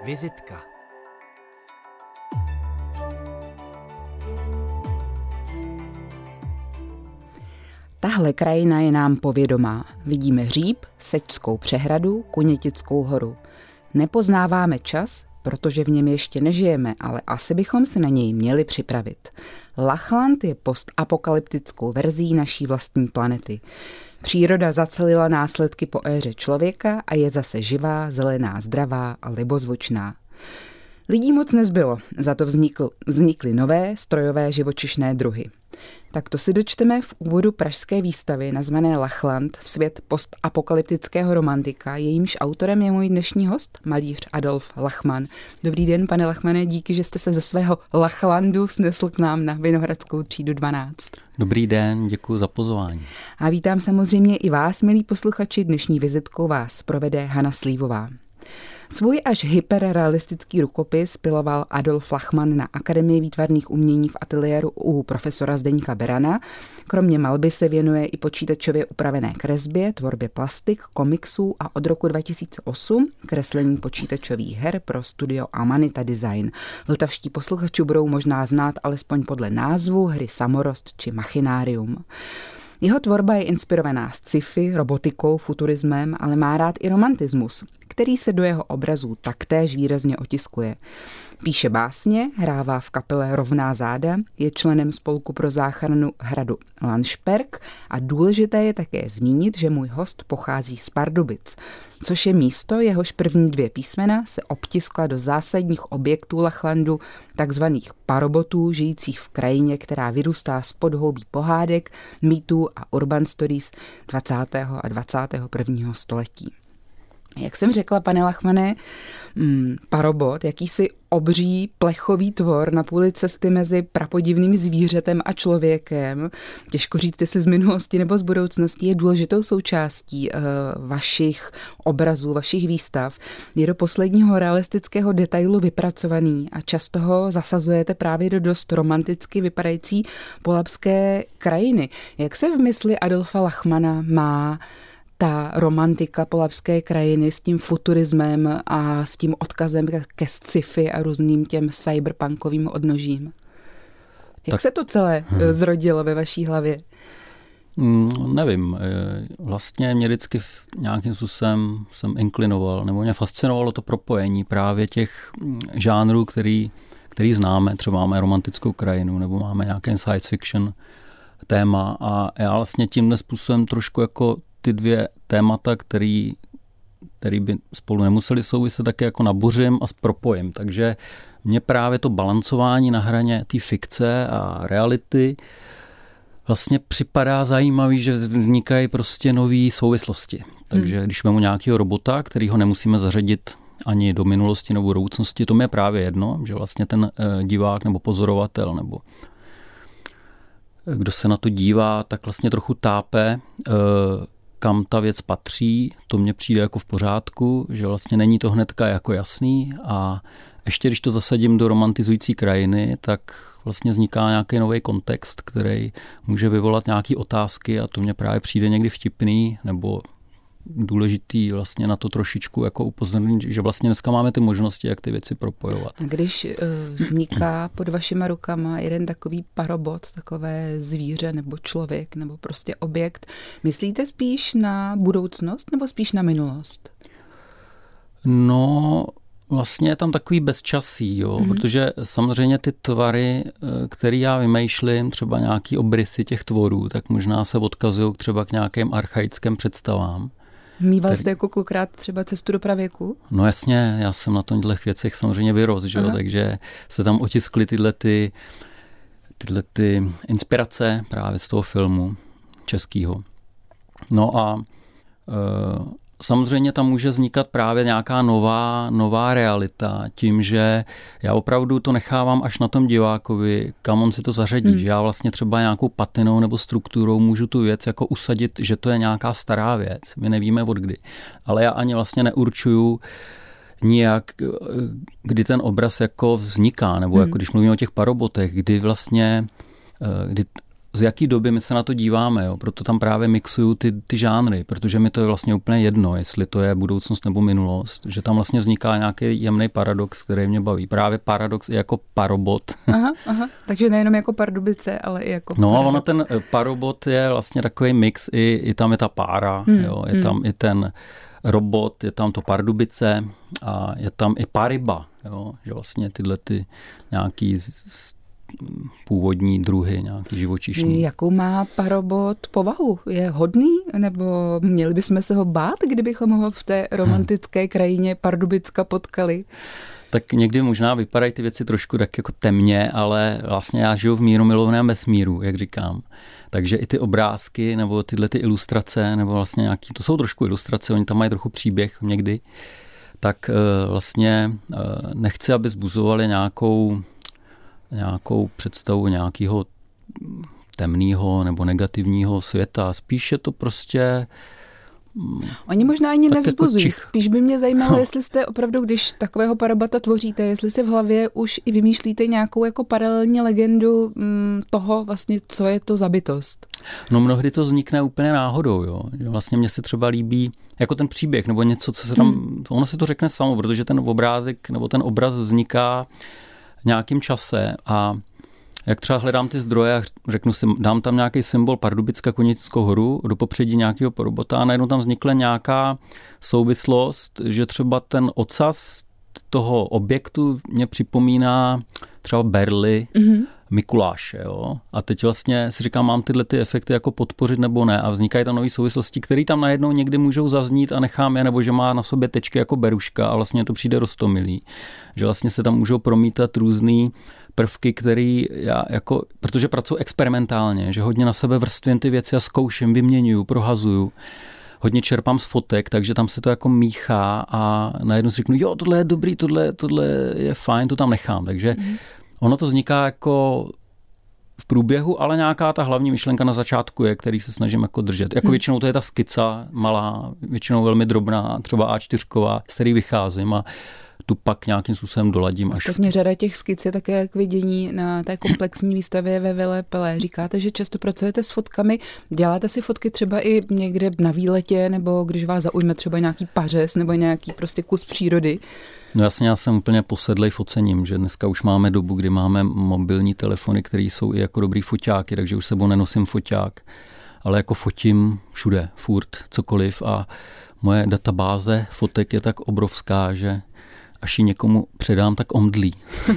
Vizitka. Tahle krajina je nám povědomá. Vidíme Hříb, Sečskou přehradu, Kunětickou horu. Nepoznáváme čas, protože v něm ještě nežijeme, ale asi bychom se na něj měli připravit. Lachland je postapokalyptickou verzí naší vlastní planety. Příroda zacelila následky po éře člověka a je zase živá, zelená, zdravá a libozvučná. Lidí moc nezbylo, za to vznikly nové strojové živočišné druhy. Tak to si dočteme v úvodu pražské výstavy nazvané Lachland, svět postapokalyptického romantika. Jejímž autorem je můj dnešní host, malíř Adolf Lachmann. Dobrý den, pane Lachmane, díky, že jste se ze svého Lachlandu snesl k nám na Vinohradskou třídu 12. Dobrý den, děkuji za pozvání. A vítám samozřejmě i vás, milí posluchači. Dnešní vizitkou vás provede Hana Slívová. Svůj až hyperrealistický rukopis piloval Adolf Lachmann na Akademii výtvarných umění v ateliéru u profesora Zdeňka Berana. Kromě malby se věnuje i počítačově upravené kresbě, tvorbě plastik, komiksů a od roku 2008 kreslení počítačových her pro studio Amanita Design. Vltavští posluchači budou možná znát alespoň podle názvu hry Samorost či Machinarium. Jeho tvorba je inspirovaná sci-fi, robotikou, futurismem, ale má rád i romantismus, který se do jeho obrazů taktéž výrazně otiskuje. Píše básně, hrává v kapele Rovná záda, je členem spolku pro záchranu hradu Landsberg a důležité je také zmínit, že můj host pochází z Pardubic, což je místo, jehož první dvě písmena se obtiskla do zásadních objektů Lachlandu, takzvaných parobotů žijících v krajině, která vyrůstá z podhoubí pohádek, mýtů a urban stories 20. a 21. století. Jak jsem řekla, pane Lachmane, parobot, jakýsi obří plechový tvor na půli cesty mezi prapodivným zvířetem a člověkem, těžko říct, jestli z minulosti nebo z budoucnosti, je důležitou součástí vašich obrazů, vašich výstav. Je do posledního realistického detailu vypracovaný a často ho zasazujete právě do dost romanticky vypadající polabské krajiny. Jak se v mysli Adolfa Lachmana má ta romantika polabské krajiny s tím futurismem a s tím odkazem ke sci-fi a různým těm cyberpunkovým odnožím? Jak se to celé zrodilo ve vaší hlavě? Nevím. Vlastně mě vždycky nějakým způsobem jsem inklinoval, nebo mě fascinovalo to propojení právě těch žánrů, který známe. Třeba máme romantickou krajinu, nebo máme nějaké science fiction téma a já vlastně tímhle způsobem trošku jako ty dvě témata, který by spolu nemuseli souviset, taky jako nabořím a propojím. Takže mně právě to balancování na hraně té fikce a reality vlastně připadá zajímavý, že vznikají prostě nové souvislosti. Takže když vezmu nějakého robota, kterýho nemusíme zařadit ani do minulosti nebo budoucnosti, to mi je právě jedno, že vlastně ten divák nebo pozorovatel nebo kdo se na to dívá, tak vlastně trochu tápe, kam ta věc patří, to mně přijde jako v pořádku, že vlastně není to hnedka jako jasný a ještě když to zasadím do romantizující krajiny, tak vlastně vzniká nějaký nový kontext, který může vyvolat nějaké otázky a to mně právě přijde někdy vtipný nebo důležitý vlastně na to trošičku jako upozornit, že vlastně dneska máme ty možnosti, jak ty věci propojovat. A když vzniká pod vašima rukama jeden takový parobot, takové zvíře nebo člověk nebo prostě objekt, myslíte spíš na budoucnost nebo spíš na minulost? No, vlastně je tam takový bezčasí, jo, protože samozřejmě ty tvary, které já vymýšlím, třeba nějaký obrysy těch tvorů, tak možná se odkazují třeba k nějakým archaickým představám. Mýval jste jako klukrát třeba cestu do pravěku? No jasně, já jsem na těchto věcech samozřejmě vyrost, že jo, takže se tam otiskly tyhle inspirace právě z toho filmu českýho. No a samozřejmě tam může vznikat právě nějaká nová realita tím, že já opravdu to nechávám až na tom divákovi, kam on si to zařadí. Že já vlastně třeba nějakou patinou nebo strukturou můžu tu věc jako usadit, že to je nějaká stará věc. My nevíme od kdy. Ale já ani vlastně neurčuju nijak, kdy ten obraz jako vzniká, nebo jako když mluvím o těch parobotech, kdy z jaký doby my se na to díváme, jo? Proto tam právě mixuju ty žánry, protože mi to je vlastně úplně jedno, jestli to je budoucnost nebo minulost, že tam vlastně vzniká nějaký jemný paradox, který mě baví. Právě paradox i jako parobot. Aha, takže nejenom jako Pardubice, ale i jako No paradox. a ono ten parobot je vlastně takový mix, i tam je ta pára, jo? Je tam i ten robot, je tam to Pardubice a je tam i pariba, jo? Že vlastně tyhle ty nějaký původní druhy, nějaký živočišný. Jakou má parobot povahu? Je hodný? Nebo měli bychom se ho bát, kdybychom ho v té romantické krajině Pardubicka potkali? Tak někdy možná vypadají ty věci trošku tak jako temně, ale vlastně já žiju v mírumilovném vesmíru, jak říkám. Takže i ty obrázky nebo tyhle ty ilustrace, nebo vlastně nějaký, to jsou trošku ilustrace, oni tam mají trochu příběh někdy, tak vlastně nechci, aby zbuzovali nějakou představu nějakého temného nebo negativního světa. Spíš je to prostě Oni možná ani nevzbuzují. Jako Spíš by mě zajímalo, jestli jste opravdu, když takového parobota tvoříte, jestli si v hlavě už i vymýšlíte nějakou jako paralelní legendu toho vlastně, co je to za bytost. No mnohdy to vznikne úplně náhodou, jo. Vlastně mně se třeba líbí jako ten příběh nebo něco, co se tam, ono se to řekne samo, protože ten obrázek nebo ten obraz vzniká v nějakým čase a jak třeba hledám ty zdroje a řeknu si, dám tam nějaký symbol Pardubická Konickou horu do popředí nějakého parobota a najednou tam vznikla nějaká souvislost, že třeba ten ocas toho objektu mě připomíná třeba berly Mikuláše. Jo? A teď vlastně si říkám, mám tyhle ty efekty jako podpořit nebo ne a vznikají tam nové souvislosti, které tam najednou někdy můžou zaznít a nechám je, nebo že má na sobě tečky jako beruška a vlastně to přijde roztomilý. Že vlastně se tam můžou promítat různý prvky, který já jako, protože pracuji experimentálně, že hodně na sebe vrstvím ty věci a zkouším, vyměňuju, prohazuju. Hodně čerpám z fotek, takže tam se to jako míchá a najednou si řeknu, jo, tohle je dobrý, tohle je fajn, to tam nechám. Takže ono to vzniká jako v průběhu, ale nějaká ta hlavní myšlenka na začátku je, který se snažím jako držet. Jako většinou to je ta skica malá, většinou velmi drobná, třeba A4, z který vycházím a tu pak nějakým způsobem doladím. Ostatně řada těch skic je také k vidění na té komplexní výstavě ve Vile Pelé. Říkáte, že často pracujete s fotkami. Děláte si fotky třeba i někde na výletě, nebo když vás zaujme třeba nějaký pařez nebo nějaký prostě kus přírody? No jasně, já jsem úplně posedlej focením, že dneska už máme dobu, kdy máme mobilní telefony, které jsou i jako dobrý foťáky, takže už sebou nenosím foťák, ale jako fotím všude, furt, cokoliv a moje databáze fotek je tak obrovská, že až ji někomu předám, tak omdlí.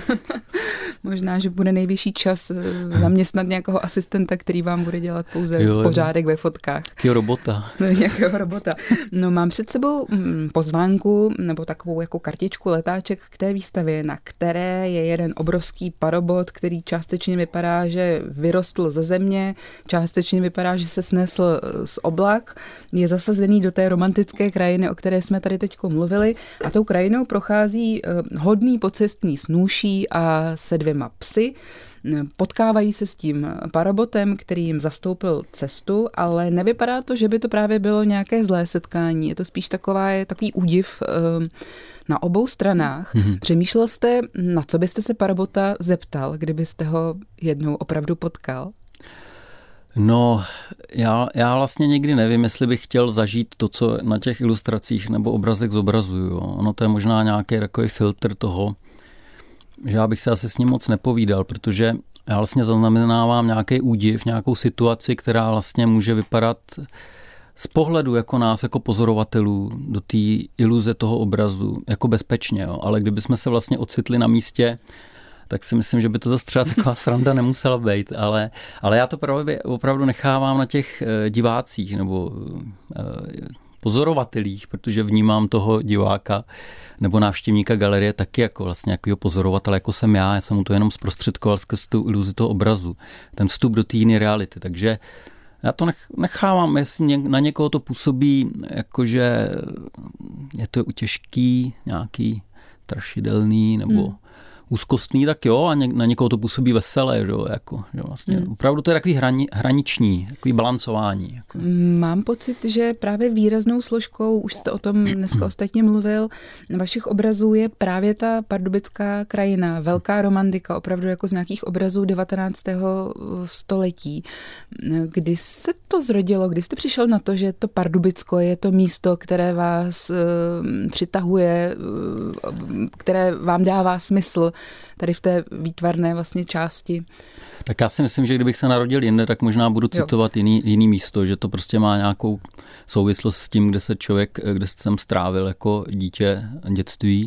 Možná, že bude nejvyšší čas zaměstnat nějakého asistenta, který vám bude dělat pouze pořádek ve fotkách. Nějakého robota. No, mám před sebou pozvánku nebo takovou jako kartičku letáček k té výstavě, na které je jeden obrovský parobot, který částečně vypadá, že vyrostl ze země, částečně vypadá, že se snesl z oblak, je zasazený do té romantické krajiny, o které jsme tady teďko mluvili a tou krajinou prochází hodný pocestní snůší a se 2 psy. Potkávají se s tím parobotem, který jim zastoupil cestu, ale nevypadá to, že by to právě bylo nějaké zlé setkání. Je to spíš takový údiv na obou stranách. Přemýšlel jste, na co byste se parobota zeptal, kdybyste ho jednou opravdu potkal? No, já vlastně nikdy nevím, jestli bych chtěl zažít to, co na těch ilustracích nebo obrazech zobrazuju. Jo. Ono to je možná nějaký takový filtr toho, že já bych se asi s ním moc nepovídal, protože já vlastně zaznamenávám nějaký údiv, nějakou situaci, která vlastně může vypadat z pohledu jako nás, jako pozorovatelů, do té iluze toho obrazu, jako bezpečně. Jo. Ale kdybychom se vlastně ocitli na místě, tak si myslím, že by to zase třeba taková sranda nemusela být, ale já to právě opravdu nechávám na těch divácích nebo pozorovatelích, protože vnímám toho diváka nebo návštěvníka galerie taky jako vlastně jakýho pozorovatele, jako jsem já jsem mu to jenom zprostředkoval skrz tu iluzi toho obrazu, ten vstup do té jiné reality, takže já to nechávám, jestli na někoho to působí, jakože je to těžký, nějaký strašidelný, nebo úzkostný, tak jo, a na někoho to působí veselé, jo, jako, jo, vlastně. Opravdu to je takový hraniční, takový balancování. Jako. Mám pocit, že právě výraznou složkou, už jste o tom dneska ostatně mluvil, vašich obrazů je právě ta pardubická krajina, velká romantika, opravdu jako z nějakých obrazů 19. století. Kdy se to zrodilo, kdy jste přišel na to, že to Pardubicko je to místo, které vás přitahuje, které vám dává smysl tady v té výtvarné vlastně části? Tak já si myslím, že kdybych se narodil jinde, tak možná budu citovat jiný místo, že to prostě má nějakou souvislost s tím, kde jsem strávil jako dítě dětství.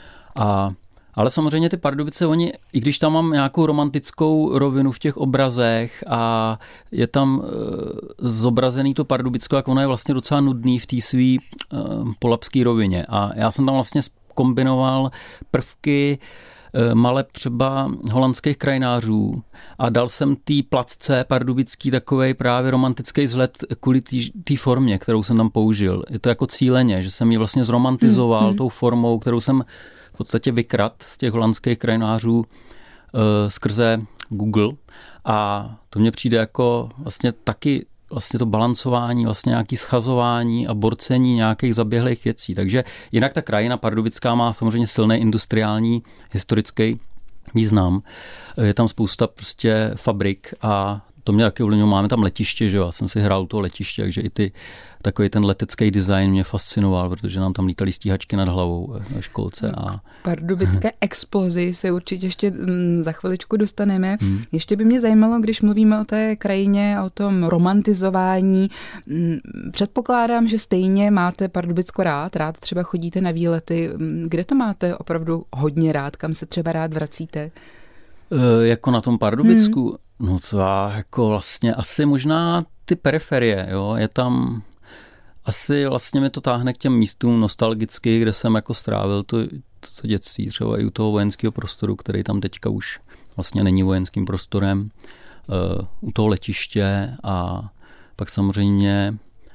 Ale samozřejmě ty Pardubice, oni, i když tam mám nějakou romantickou rovinu v těch obrazech a je tam zobrazený to Pardubicko, jak ono je vlastně docela nudný v té svý polabské rovině. A já jsem tam vlastně kombinoval prvky maleb třeba holandských krajinářů a dal jsem té placce pardubický takovej právě romantický vzhled kvůli té formě, kterou jsem tam použil. Je to jako cíleně, že jsem ji vlastně zromantizoval tou formou, kterou jsem v podstatě vykrat z těch holandských krajinářů skrze Google, a to mně přijde jako vlastně taky vlastně to balancování, vlastně nějaké schazování a borcení nějakých zaběhlých věcí. Takže jinak ta krajina pardubická má samozřejmě silný industriální historický význam. Je tam spousta prostě fabrik a to mě taky ovlivnilo. Máme tam letiště, že jo? Já jsem si hrál to letiště, takže i takový ten letecký design mě fascinoval, protože nám tam lítaly stíhačky nad hlavou ve školce. A pardubické explozi se určitě ještě za chviličku dostaneme. Ještě by mě zajímalo, když mluvíme o té krajině a o tom romantizování. Předpokládám, že stejně máte Pardubicko rád třeba chodíte na výlety. Kde to máte opravdu hodně rád? Kam se třeba rád vracíte? Jako na tom Pardubicku? No to jako vlastně asi možná ty periferie, jo, je tam asi vlastně mi to táhne k těm místům nostalgicky, kde jsem jako strávil to dětství, třeba i u toho vojenského prostoru, který tam teďka už vlastně není vojenským prostorem, u toho letiště a pak samozřejmě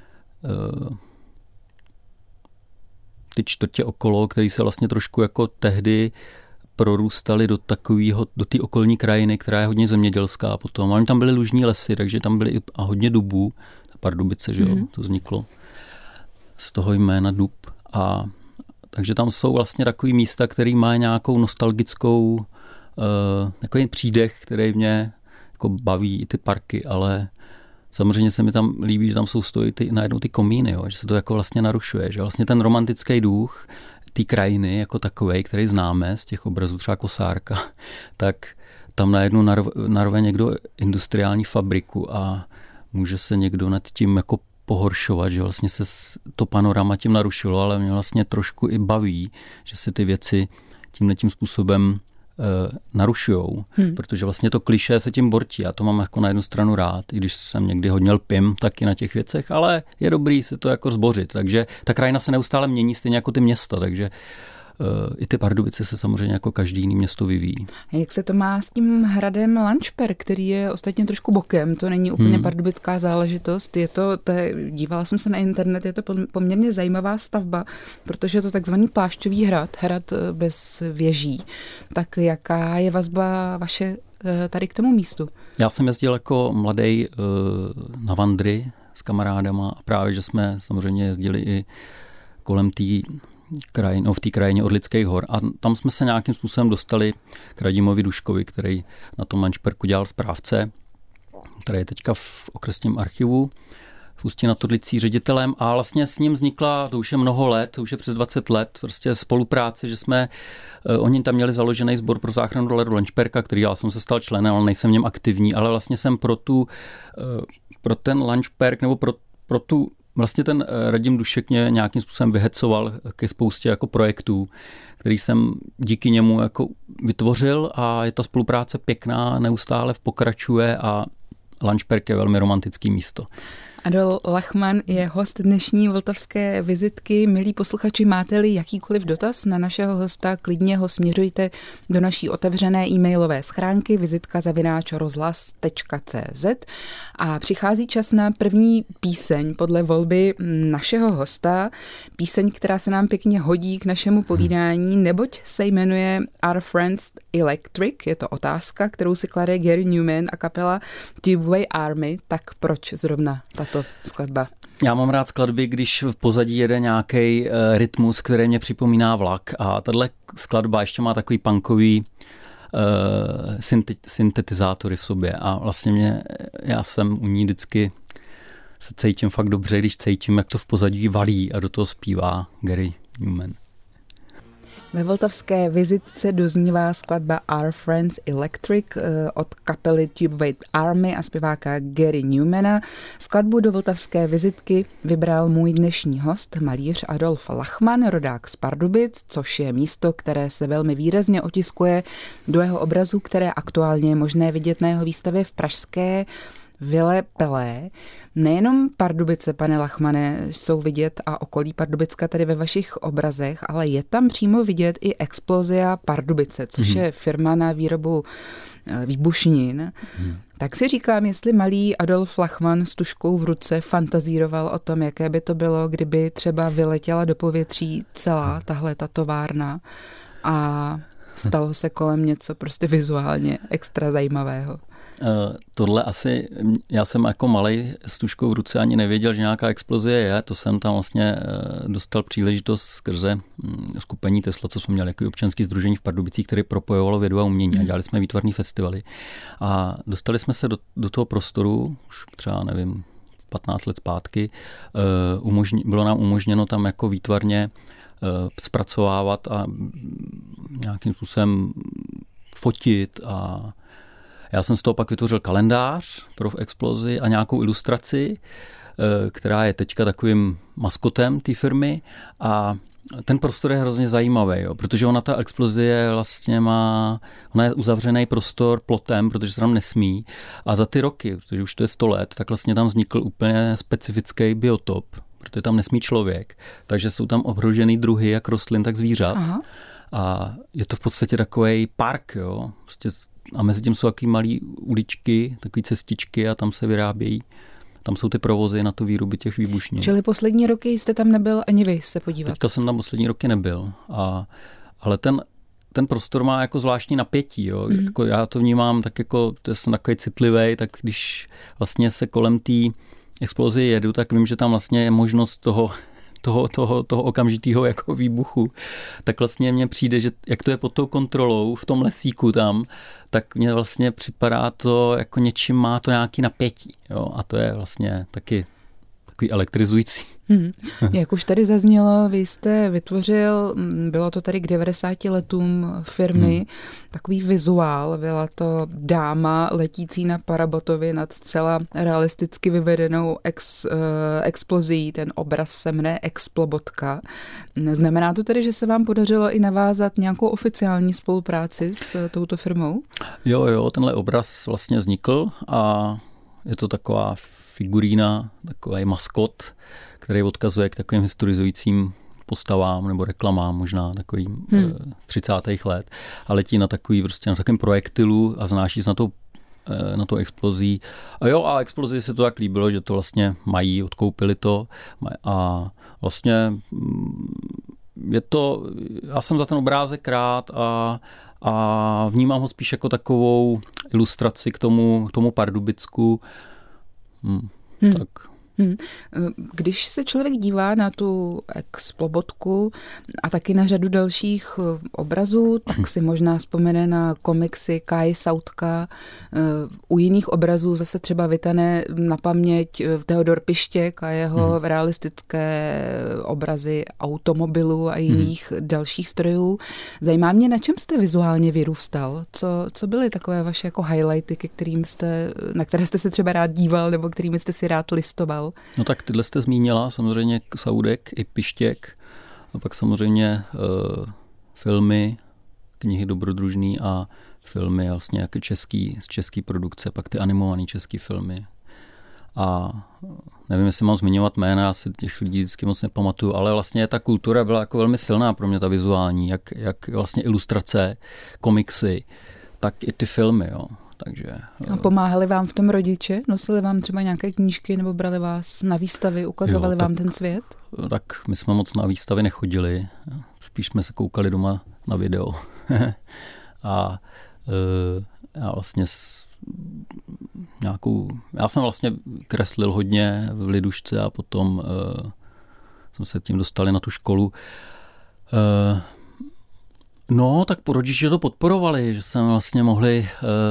ty čtvrtě okolo, který se vlastně trošku jako tehdy prorůstali do té okolní krajiny, která je hodně zemědělská potom. Ale tam byly lužní lesy, takže tam byly a hodně dubů. Pardubice, že jo, to vzniklo z toho jména dub. A takže tam jsou vlastně takový místa, který má nějakou nostalgickou takový přídech, který mě jako baví, i ty parky, ale samozřejmě se mi tam líbí, že tam stojí najednou ty komíny, jo, že se to jako vlastně narušuje, že vlastně ten romantický duch té krajiny jako takovej, který známe z těch obrazů, třeba Kosárka, tak tam najednou narve někdo industriální fabriku a může se někdo nad tím jako pohoršovat, že vlastně se to panorama tím narušilo, ale mě vlastně trošku i baví, že se ty věci tímhletím způsobem narušujou, protože vlastně to klišé se tím bortí. Já to mám jako na jednu stranu rád, i když jsem někdy hodně lpím taky na těch věcech, ale je dobrý se to jako zbořit. Takže ta krajina se neustále mění, stejně jako ty města, takže i ty Pardubice se samozřejmě jako každý jiný město vyvíjí. Jak se to má s tím hradem Lanšper, který je ostatně trošku bokem, to není úplně pardubická záležitost, dívala jsem se na internet, je to poměrně zajímavá stavba, protože je to takzvaný plášťový hrad bez věží. Tak jaká je vazba vaše tady k tomu místu? Já jsem jezdil jako mladý na vandry s kamarádama a právě, že jsme samozřejmě jezdili i kolem v té krajině Orlických hor. A tam jsme se nějakým způsobem dostali k Radimovi Duškovi, který na tom Lanšperku dělal správce, který je teďka v okresním archivu v Ústí nad Orlicí ředitelem a vlastně s ním vznikla, to už je mnoho let, to už je přes 20 let, prostě spolupráce, že oni tam měli založený sbor pro záchranu doleru Lanšperka, který já jsem se stal členem, ale nejsem v něm aktivní, ale vlastně jsem pro ten Lanšperk nebo pro tu vlastně ten Radim Dušek mě nějakým způsobem vyhecoval ke spoustě jako projektů, který jsem díky němu jako vytvořil a je ta spolupráce pěkná, neustále pokračuje a Lanšperk je velmi romantický místo. Adol Lachman je host dnešní Vltavské vizitky. Milí posluchači, máte-li jakýkoliv dotaz na našeho hosta, klidně ho směřujte do naší otevřené e-mailové schránky vizitka@rozhlas.cz a přichází čas na první píseň podle volby našeho hosta. Píseň, která se nám pěkně hodí k našemu povídání, neboť se jmenuje Are Friends Electric. Je to otázka, kterou si klade Gary Numan a kapela Tubeway Army. Tak proč zrovna tato skladba? Já mám rád skladby, když v pozadí jede nějaký rytmus, který mě připomíná vlak. A tahle skladba ještě má takový punkový syntetizátory v sobě. A vlastně já jsem u ní vždycky se cítím fakt dobře, když cítím, jak to v pozadí valí a do toho zpívá Gary Numan. Ve Vltavské vizitce doznívá skladba Our Friends Electric od kapely Tubeway Army a zpěváka Gary Numana. Skladbu do Vltavské vizitky vybral můj dnešní host, malíř Adolf Lachman, rodák z Pardubic, což je místo, které se velmi výrazně otiskuje do jeho obrazu, které aktuálně je možné vidět na jeho výstavě v pražské Vile Pelé. Nejenom Pardubice, pane Lachmane, jsou vidět a okolí Pardubicka tady ve vašich obrazech, ale je tam přímo vidět i Explozia Pardubice, což je firma na výrobu výbušnin. Tak si říkám, jestli malý Adolf Lachman s tužkou v ruce fantazíroval o tom, jaké by to bylo, kdyby třeba vyletěla do povětří celá tahle ta továrna a stalo se kolem něco prostě vizuálně extra zajímavého. Tohle asi, já jsem jako malej s tužkou v ruce ani nevěděl, že nějaká explozie je, to jsem tam vlastně dostal příležitost skrze skupení Tesla, co jsme měli jako občanský sdružení v Pardubicích, které propojovalo vědu a umění a dělali jsme výtvarný festivaly a dostali jsme se do toho prostoru, už třeba nevím, 15 let zpátky, bylo nám umožněno tam jako výtvarně zpracovávat a nějakým způsobem fotit a já jsem z toho pak vytvořil kalendář pro Explozi a nějakou ilustraci, která je teďka takovým maskotem té firmy a ten prostor je hrozně zajímavý, jo, protože ona ta Explozie vlastně ona je uzavřený prostor plotem, protože se tam nesmí a za ty roky, protože už to je 100 let, tak vlastně tam vznikl úplně specifický biotop, protože tam nesmí člověk, takže jsou tam ohrožený druhy jak rostlin, tak zvířat. Aha. A je to v podstatě takový park, jo, prostě a mezi tím jsou takový malý uličky, takové cestičky a tam se vyrábějí. Tam jsou ty provozy na tu výrobu těch výbušnin. Čili poslední roky jste tam nebyl ani vy se podívat? Teďka jsem tam poslední roky nebyl. Ale ten prostor má jako zvláštní napětí. Jo. Jako já to vnímám tak jako, to jsem takový citlivý, tak když vlastně se kolem té explozie jedu, tak vím, že tam vlastně je možnost toho okamžitého jako výbuchu, tak vlastně mně přijde, že jak to je pod tou kontrolou v tom lesíku tam, tak mně vlastně připadá to jako něčím má to nějaký napětí. Jo? A to je vlastně taky takový elektrizující. Jak už tady zaznělo, vy jste vytvořil, bylo to tady k 90 letům firmy, takový vizuál, byla to dáma letící na parabotovi nad zcela realisticky vyvedenou explozí, ten obraz se jmenuje Explobotka. Znamená to tedy, že se vám podařilo i navázat nějakou oficiální spolupráci s touto firmou? Jo, tenhle obraz vlastně vznikl a je to taková figurína, takový maskot, který odkazuje k takovým historizujícím postavám nebo reklamám, možná takovým 30. let. A letí na takovém projektilu a vznáší se na to explozí. A explozii se to tak líbilo, že to vlastně mají, odkoupili to a vlastně já jsem za ten obrázek rád a vnímám ho spíš jako takovou ilustraci k tomu Pardubicku. Tak. Když se člověk dívá na tu Explobotku a taky na řadu dalších obrazů, tak si možná vzpomene na komiksy Kai Sautka. U jiných obrazů zase třeba vytane na paměť Teodor Pištěk a jeho realistické obrazy automobilů a jiných dalších strojů. Zajímá mě, na čem jste vizuálně vyrůstal? Co byly takové vaše jako highlighty, na které jste se třeba rád díval nebo kterými jste si rád listoval? No tak tyhle jste zmínila, samozřejmě Saudek i Pištěk, a pak samozřejmě filmy, knihy dobrodružný a filmy vlastně jako z český produkce, pak ty animované české filmy. A nevím, jestli mám zmiňovat jména, já si těch lidí vždycky moc nepamatuju, ale vlastně ta kultura byla jako velmi silná pro mě, ta vizuální, jak vlastně ilustrace, komiksy, tak i ty filmy, jo. Takže, a pomáhali vám v tom rodiče? Nosili vám třeba nějaké knížky nebo brali vás na výstavy, ukazovali vám ten svět? Tak my jsme moc na výstavy nechodili, spíš jsme se koukali doma na video. A já vlastně já jsem vlastně kreslil hodně v lidušce a potom jsme se tím dostali na tu školu. No, tak po rodiči to podporovali, že jsme vlastně mohli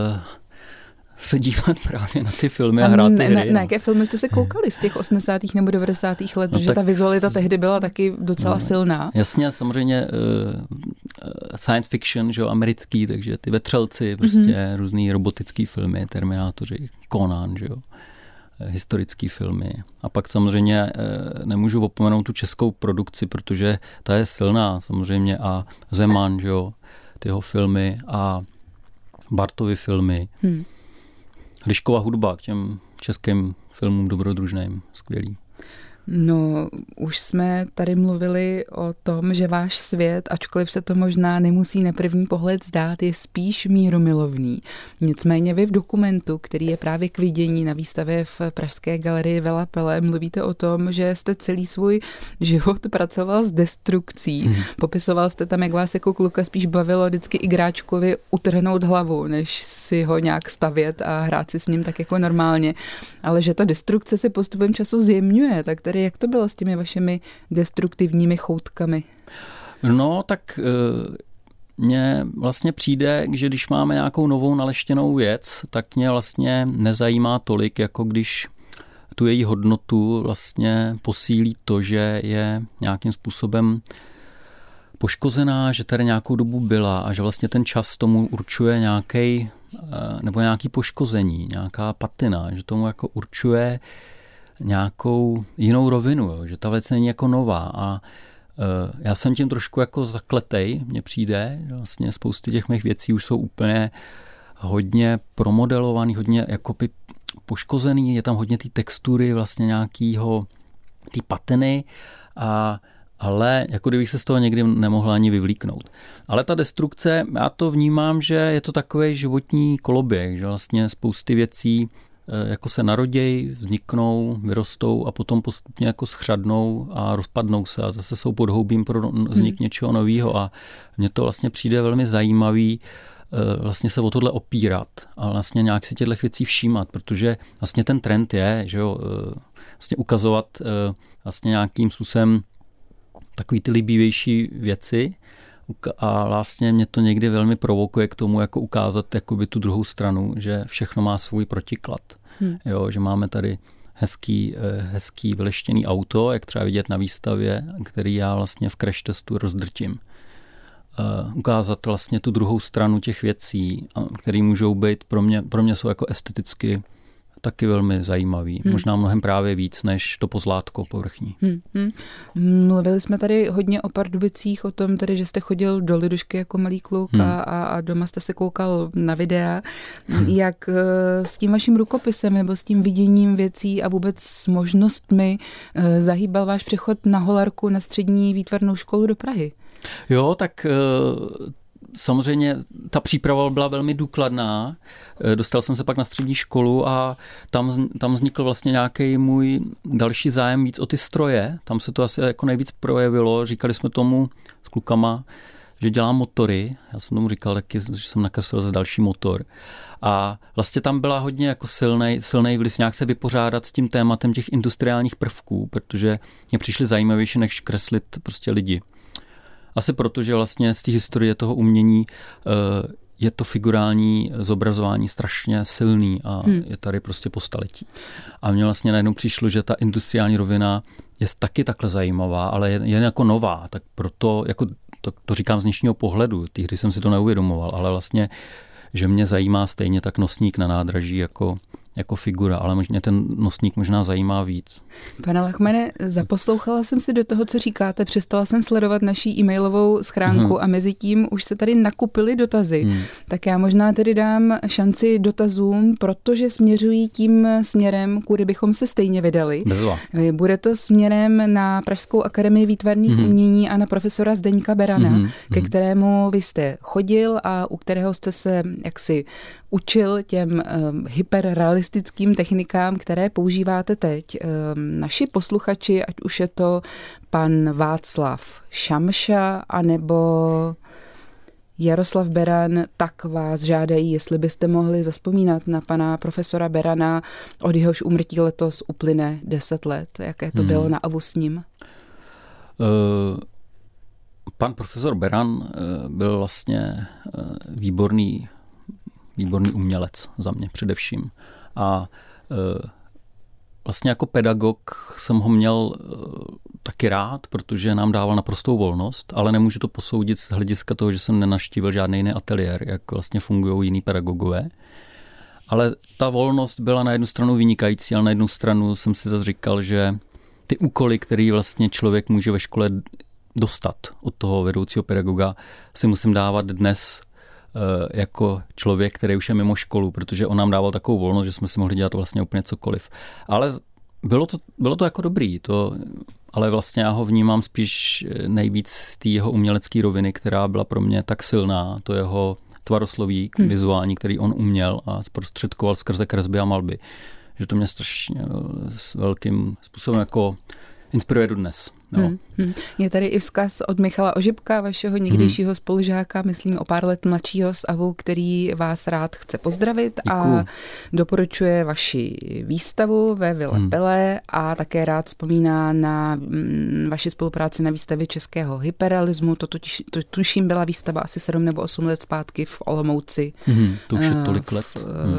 se dívat právě na ty filmy a hrát ty hry. Na jaké filmy jste se koukali z těch 80. nebo 90. let, protože ta vizualita tehdy byla taky docela silná. Jasně, samozřejmě science fiction, že jo, americký, takže ty Vetřelci, prostě různý robotický filmy, Terminátoři, Conan, že jo, historický filmy. A pak samozřejmě nemůžu opomenout tu českou produkci, protože ta je silná samozřejmě a Zeman, že jo, ty jeho filmy a Bartovy filmy. Lišková hudba k těm českým filmům dobrodružným, skvělý. No, už jsme tady mluvili o tom, že váš svět, ačkoliv se to možná nemusí na první pohled zdát, je spíš mírumilovný. Nicméně vy v dokumentu, který je právě k vidění na výstavě v pražské galerii Vela Pele, mluvíte o tom, že jste celý svůj život pracoval s destrukcí. Popisoval jste tam, jak vás jako kluka spíš bavilo vždycky igráčkovi utrhnout hlavu, než si ho nějak stavět a hrát si s ním tak jako normálně. Ale že ta destrukce se postupem času zjemňuje, tak tady jak to bylo s těmi vašimi destruktivními choutkami? No, tak mně vlastně přijde, že když máme nějakou novou naleštěnou věc, tak mě vlastně nezajímá tolik, jako když tu její hodnotu vlastně posílí to, že je nějakým způsobem poškozená, že tady nějakou dobu byla a že vlastně ten čas tomu určuje nějaký poškození, nějaká patina, že tomu jako určuje nějakou jinou rovinu, jo, že ta věc není jako nová a já jsem tím trošku jako zakletej, mně přijde, že vlastně spousty těch mých věcí už jsou úplně hodně promodelovaný, hodně jakoby poškozený, je tam hodně té textury, vlastně nějakýho, té patiny, ale jako kdybych se z toho někdy nemohla ani vyvlíknout. Ale ta destrukce, já to vnímám, že je to takový životní koloběh, že vlastně spousty věcí jako se narodějí, vzniknou, vyrostou a potom postupně jako schřadnou a rozpadnou se a zase jsou podhoubím pro vznik něčeho nového a mně to vlastně přijde velmi zajímavý vlastně se o tohle opírat a vlastně nějak si těchto věcí všímat, protože vlastně ten trend je, že jo, vlastně ukazovat vlastně nějakým způsobem takový ty líbivější věci a vlastně mě to někdy velmi provokuje k tomu, jako ukázat jakoby tu druhou stranu, že všechno má svůj protiklad. Jo, že máme tady hezký vyleštěný auto, jak třeba vidět na výstavě, který já vlastně v crash testu rozdrtím. Ukázat vlastně tu druhou stranu těch věcí, které můžou být pro mě jsou jako esteticky taky velmi zajímavý. Možná mnohem právě víc, než to pozlátko povrchní. Mluvili jsme tady hodně o Pardubicích, o tom tedy, že jste chodil do lidušky jako malý kluk a doma jste se koukal na videa. Jak s tím vaším rukopisem nebo s tím viděním věcí a vůbec s možnostmi zahýbal váš přechod na holarku na střední výtvarnou školu do Prahy? Jo, tak samozřejmě ta příprava byla velmi důkladná. Dostal jsem se pak na střední školu a tam vznikl vlastně nějaký můj další zájem víc o ty stroje. Tam se to asi jako nejvíc projevilo. Říkali jsme tomu s klukama, že dělám motory. Já jsem tomu říkal taky, že jsem nakreslil za další motor. A vlastně tam byla hodně jako silnej vliv nějak se vypořádat s tím tématem těch industriálních prvků, protože mě přišly zajímavější, než kreslit prostě lidi. Asi proto, že vlastně z té historie toho umění je to figurální zobrazování strašně silný a je tady prostě po staletí. A mně vlastně najednou přišlo, že ta industriální rovina je taky takhle zajímavá, ale je jako nová, tak proto, jako to říkám z dnešního pohledu, ty hry jsem si to neuvědomoval, ale vlastně, že mě zajímá stejně tak nosník na nádraží jako jako figura, ale možná ten nosník možná zajímá víc. Pane Lachmane, zaposlouchala jsem si do toho, co říkáte, přestala jsem sledovat naší e-mailovou schránku a mezi tím už se tady nakupily dotazy. Tak já možná tedy dám šanci dotazům, protože směřují tím směrem, kudy bychom se stejně vydali. Bezva. Bude to směrem na Pražskou akademii výtvarných umění a na profesora Zdeňka Berana, ke kterému vy jste chodil a u kterého jste se jaksi učil těm hyperrealistickým technikám, které používáte teď. Naši posluchači, ať už je to pan Václav Šamša anebo Jaroslav Beran, tak vás žádají, jestli byste mohli zavzpomínat na pana profesora Berana, od jehož úmrtí letos uplyne 10 let. Jaké to bylo na AVU s ním? Pan profesor Beran byl vlastně výborný umělec za mě především. A vlastně jako pedagog jsem ho měl taky rád, protože nám dával naprostou volnost, ale nemůžu to posoudit z hlediska toho, že jsem nenavštívil žádný jiný ateliér, jak vlastně fungují jiní pedagogové. Ale ta volnost byla na jednu stranu vynikající, ale na jednu stranu jsem si zase říkal, že ty úkoly, který vlastně člověk může ve škole dostat od toho vedoucího pedagoga, si musím dávat dnes jako člověk, který už je mimo školu, protože on nám dával takovou volnost, že jsme si mohli dělat vlastně úplně cokoliv. Ale bylo to jako dobrý, ale vlastně já ho vnímám spíš nejvíc z té jeho umělecké roviny, která byla pro mě tak silná, to jeho tvarosloví vizuální, který on uměl a zprostředkoval skrze kresby a malby, že to mě strašně s velkým způsobem jako inspiruje dodnes. Je tady i vzkaz od Michala Ožibka, vašeho někdejšího spolužáka, myslím o pár let mladšího z AVU, který vás rád chce pozdravit. Děkuju. A doporučuje vaši výstavu ve Vile Pele a také rád vzpomíná na vaši spolupráci na výstavě českého hyperrealismu. To tuším byla výstava asi 7 nebo 8 let zpátky v Olomouci. To už je tolik let.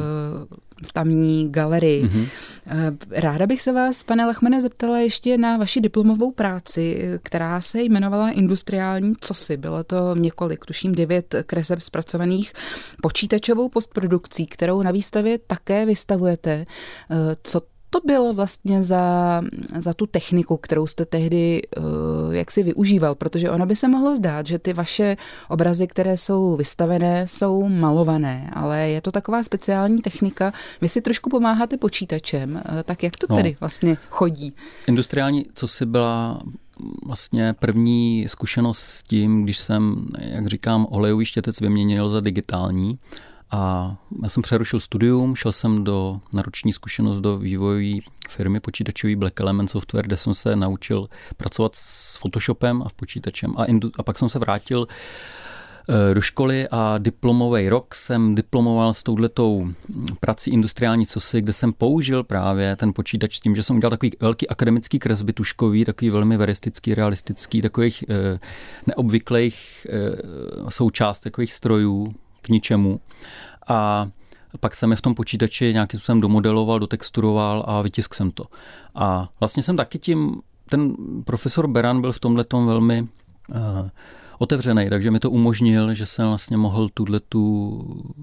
V tamní galerii. Ráda bych se vás, pane Lachmane, zeptala ještě na vaši diplomovou práci, která se jmenovala Industriální cosi. Bylo to několik, tuším 9 kreseb zpracovaných počítačovou postprodukcí, kterou na výstavě také vystavujete. Co to bylo vlastně za tu techniku, kterou jste tehdy jak si využíval? Protože ono by se mohlo zdát, že ty vaše obrazy, které jsou vystavené, jsou malované, ale je to taková speciální technika. Vy si trošku pomáháte počítačem, tak jak to tedy vlastně chodí? Industriální cosi byla vlastně první zkušenost s tím, když jsem, jak říkám, olejový štětec vyměnil za digitální. A já jsem přerušil studium, šel jsem na roční zkušenost do vývojové firmy počítačový Black Element Software, kde jsem se naučil pracovat s Photoshopem a s počítačem. A pak jsem se vrátil do školy a diplomový rok jsem diplomoval s touhletou prací Industriální cosi, kde jsem použil právě ten počítač s tím, že jsem udělal takový velký akademický kresby tuškový, takový velmi veristický, realistický, takových neobvyklých součást takových strojů k ničemu. A pak jsem je v tom počítači nějakým způsobem domodeloval, dotexturoval a vytiskl jsem to. A vlastně jsem taky ten profesor Beran byl v tomhletom velmi otevřený, takže mi to umožnil, že jsem vlastně mohl tu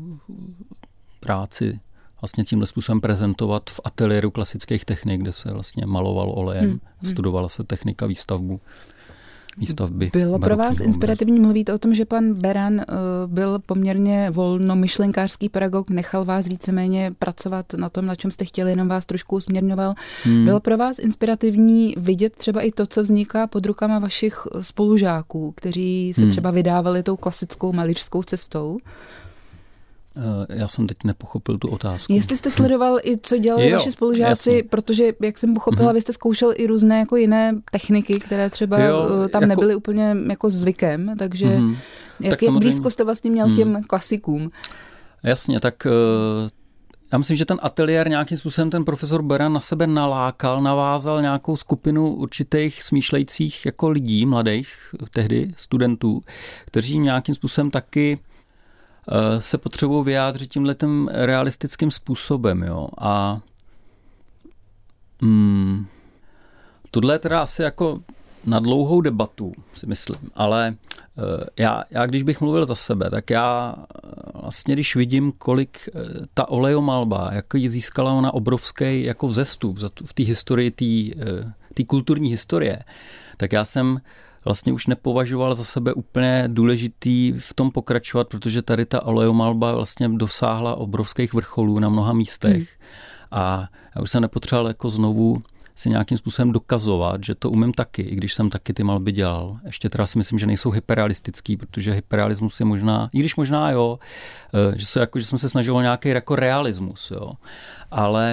práci vlastně tímhle způsobem prezentovat v ateliéru klasických technik, kde se vlastně maloval olejem, studovala se technika výstavby. Bylo pro vás inspirativní mluvit o tom, že pan Beran byl poměrně volnomyšlenkářský pedagog, nechal vás víceméně pracovat na tom, na čem jste chtěli, jenom vás trošku usměrňoval. Bylo pro vás inspirativní vidět třeba i to, co vzniká pod rukama vašich spolužáků, kteří se třeba vydávali tou klasickou malířskou cestou? Já jsem teď nepochopil tu otázku. Jestli jste sledoval i co dělali vaši spolužáci, jasný. Protože, jak jsem pochopila, vy jste zkoušel i různé jako jiné techniky, které třeba tam nebyly úplně jako zvykem, takže jak blízko jste vlastně měl těm klasikům? Jasně, tak já myslím, že ten ateliér nějakým způsobem ten profesor Beran na sebe navázal nějakou skupinu určitých smýšlejících jako lidí, mladých tehdy, studentů, kteří nějakým způsobem taky se potřebují vyjádřit tímhletím realistickým způsobem. Jo. A tohle je teda asi jako na dlouhou debatu, si myslím, ale já když bych mluvil za sebe, tak já vlastně, když vidím, kolik ta olejomalba, jak ji získala ona obrovský jako vzestup v té historii, té kulturní historie, tak já jsem vlastně už nepovažoval za sebe úplně důležitý v tom pokračovat, protože tady ta olejomalba vlastně dosáhla obrovských vrcholů na mnoha místech. A já už jsem nepotřeboval jako znovu si nějakým způsobem dokazovat, že to umím taky, i když jsem taky ty malby dělal. Ještě teda si myslím, že nejsou hyperrealistický, protože hyperrealismus je možná, i když možná jo, že jsem se snažil o nějaký jako realismus, jo. Ale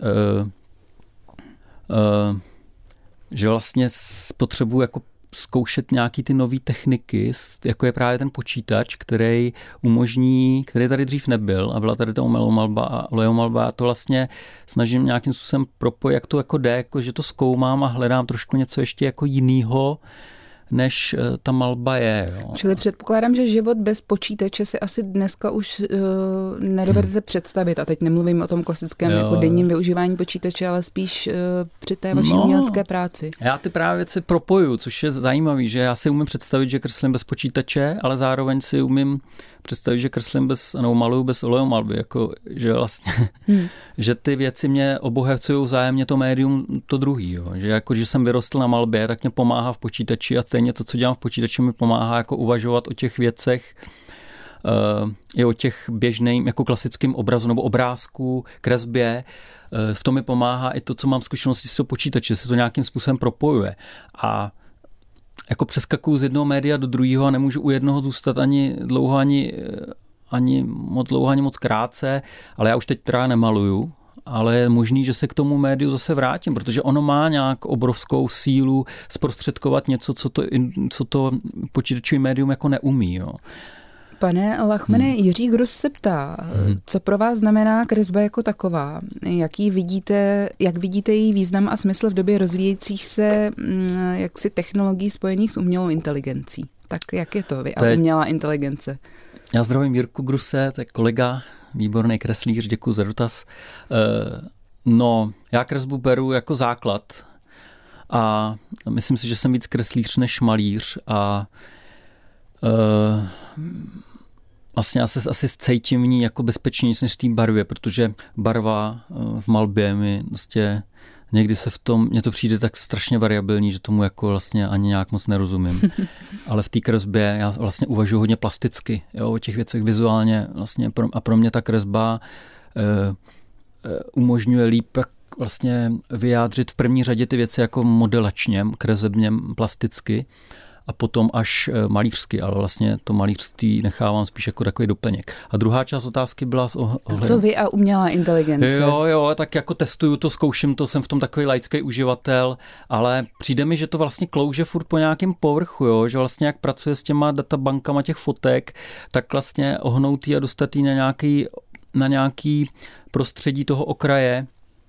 že vlastně potřebuji jako zkoušet nějaký ty nové techniky, jako je právě ten počítač, který tady dřív nebyl a byla tady ta olejomalba a to vlastně snažím nějakým způsobem propojit, jak to jako jde, jako že to zkoumám a hledám trošku něco ještě jako jinýho, než ta malba je. Jo. Čili předpokládám, že život bez počítače si asi dneska už nedovedete představit. A teď nemluvím o tom klasickém jako denním využívání počítače, ale spíš při té vaší umělecké práci. Já ty právě věci propoju, což je zajímavý, že já si umím představit, že kreslím bez počítače, ale zároveň si umím představit, že kreslím maluju bez olejomalby, jako, že vlastně, že ty věci mě obohacují vzájemně to médium, to druhý, jo. Že jako, že jsem vyrostl na malbě, tak mě pomáhá v počítači a stejně to, co dělám v počítači, mi pomáhá jako uvažovat o těch věcech, i o těch běžným, jako klasickým obrazu nebo obrázku, kresbě. V tom mi pomáhá i to, co mám zkušenosti z toho počítače, se to nějakým způsobem propojuje. A jako přeskakuju z jednoho média do druhého a nemůžu u jednoho zůstat ani dlouho, ani moc krátce, ale já už teď teda nemaluju, ale je možný, že se k tomu médiu zase vrátím, protože ono má nějak obrovskou sílu zprostředkovat něco, co to počítačové médium jako neumí. Jo. Pane Lachmane, Jiří Grus se ptá, co pro vás znamená kresba jako taková? Jak vidíte její význam a smysl v době rozvíjejících se jaksi technologií spojených s umělou inteligencí? Tak jak je to vy a umělá inteligence? Já zdravím Jirku Gruse, to je kolega, výborný kreslíř, děkuji za dotaz. Já kresbu beru jako základ a myslím si, že jsem víc kreslíř než malíř a vlastně já se asi cítím v ní jako bezpečnější než v té barvě, protože barva v malbě mi vlastně někdy se v tom, mně to přijde tak strašně variabilní, že tomu jako vlastně ani nějak moc nerozumím. Ale v té kresbě já vlastně uvažuji hodně plasticky, jo, o těch věcech vizuálně vlastně a pro mě ta kresba umožňuje líp vlastně vyjádřit v první řadě ty věci jako modelačně, kresebně, plasticky a potom až malířsky, ale vlastně to malířství nechávám spíš jako takový doplněk. A druhá část otázky byla co vy a umělá inteligence? Jo, tak jako testuju to, zkouším to, jsem v tom takový laický uživatel, ale přijde mi, že to vlastně klouže furt po nějakém povrchu, jo, že vlastně jak pracuje s těma databankama těch fotek, tak vlastně ohnoutý a dostatý na nějaký prostředí toho okraje.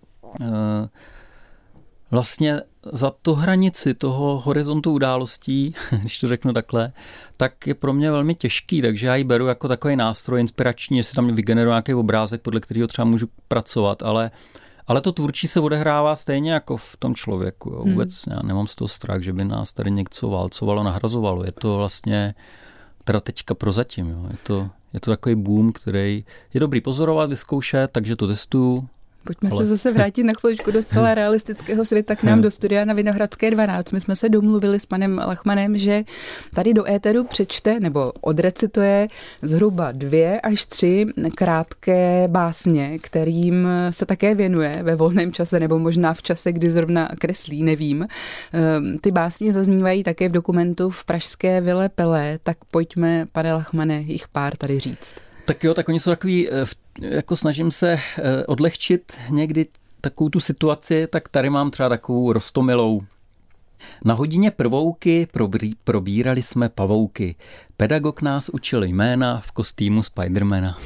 Vlastně za to hranici toho horizontu událostí, když to řeknu takhle, tak je pro mě velmi těžký, takže já ji beru jako takový nástroj inspirační, jestli tam vygeneruje nějaký obrázek, podle kterého třeba můžu pracovat, ale to tvůrčí se odehrává stejně jako v tom člověku. Jo. Vůbec já nemám z toho strach, že by nás tady něco válcovalo, nahrazovalo. Je to vlastně teda teďka prozatím. Jo. Je to takový boom, který je dobrý pozorovat, vyzkoušet, takže to testuju. Pojďme se zase vrátit na chviličku do celé realistického světa k nám do studia na Vinohradské 12. My jsme se domluvili s panem Lachmanem, že tady do éteru přečte nebo odrecituje zhruba 2 až 3 krátké básně, kterým se také věnuje ve volném čase nebo možná v čase, kdy zrovna kreslí, nevím. Ty básně zaznívají také v dokumentu v pražské Vile Pelé, tak pojďme, pane Lachmane, jich pár tady říct. Tak jo, tak oni jsou takový, jako snažím se odlehčit někdy takovou tu situaci, tak tady mám třeba takovou roztomilou. Na hodině prvouky probírali jsme pavouky. Pedagog nás učil jména v kostýmu Spidermana.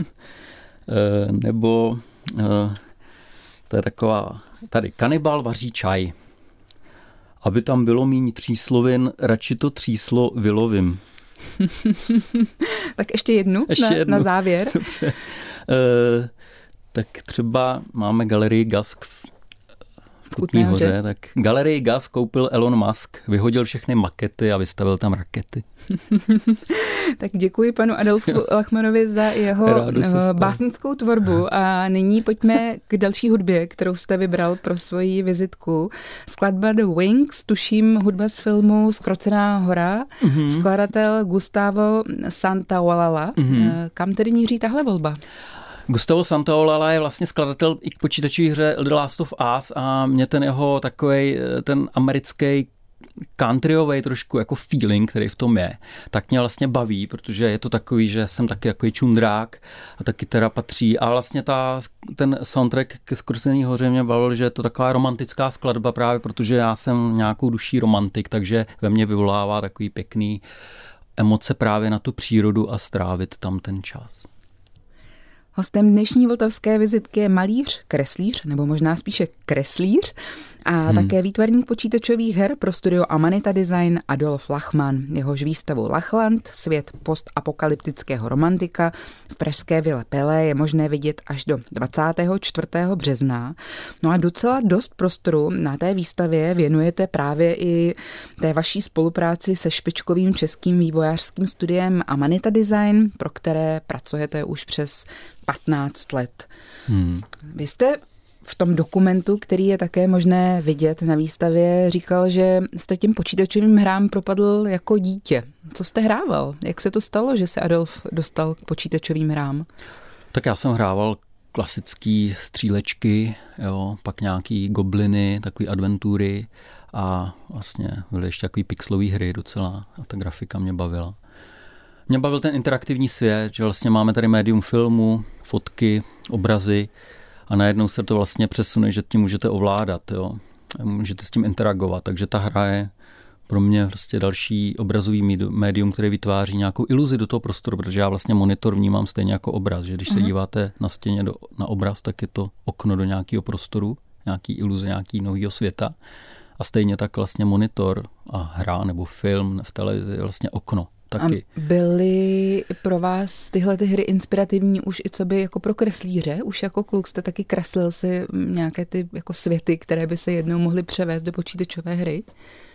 Nebo to je taková, tady kanibal vaří čaj. Aby tam bylo míň tříslovin, radši to tříslo vylovím. Tak ještě jednu na závěr. Tak třeba máme galerii Gask v Kutné Hoře. Tak galerii Gas koupil Elon Musk, vyhodil všechny makety a vystavil tam rakety. Tak děkuji panu Adolfu Lachmanovi za jeho básnickou tvorbu a nyní pojďme k další hudbě, kterou jste vybral pro svoji vizitku. Skladba The Wings, tuším hudba z filmu Zkrocená hora, skladatel Gustavo Santaolalla. Kam tedy míří tahle volba? Gustavo Santaolalla je vlastně skladatel i k počítačové hře The Last of Us a mě ten jeho takovej, ten americký countryovej trošku jako feeling, který v tom je, tak mě vlastně baví, protože je to takový, že jsem taky takový čundrák a taky teda patří a vlastně ten soundtrack ke Zkrocený hoře mě bavil, že je to taková romantická skladba právě, protože já jsem nějakou duší romantik, takže ve mně vyvolává takový pěkný emoce právě na tu přírodu a strávit tam ten čas. Hostem dnešní vltavské vizitky je malíř, kreslíř, nebo možná spíše kreslíř a také výtvarník počítačových her pro studio Amanita Design Adolf Lachman. Jehož výstavu Lachland, svět postapokalyptického romantika v pražské Vile Pelé je možné vidět až do 24. března. No a docela dost prostoru na té výstavě věnujete právě i té vaší spolupráci se špičkovým českým vývojářským studiem Amanita Design, pro které pracujete už přes 15 let. Vy jste v tom dokumentu, který je také možné vidět na výstavě, říkal, že jste tím počítačovým hrám propadl jako dítě. Co jste hrával? Jak se to stalo, že se Adolf dostal k počítačovým hrám? Tak já jsem hrával klasický střílečky, jo, pak nějaký gobliny, takový adventury a vlastně byly ještě takový pixelový hry docela a ta grafika mě bavila. Mě bavil ten interaktivní svět, že vlastně máme tady médium filmu, fotky, obrazy a najednou se to vlastně přesune, že tím můžete ovládat, jo. Můžete s tím interagovat, takže ta hra je pro mě vlastně další obrazový médium, které vytváří nějakou iluzi do toho prostoru, protože já vlastně monitor vnímám stejně jako obraz, že když se díváte na stěně na obraz, tak je to okno do nějakého prostoru, nějaký iluze, nějaký nového světa a stejně tak vlastně monitor a hra nebo film v televizi je vlastně okno. Taky. A byly pro vás tyhle ty hry inspirativní už i co by jako pro kreslíře? Už jako kluk jste taky kreslil si nějaké ty jako světy, které by se jednou mohly převést do počítačové hry?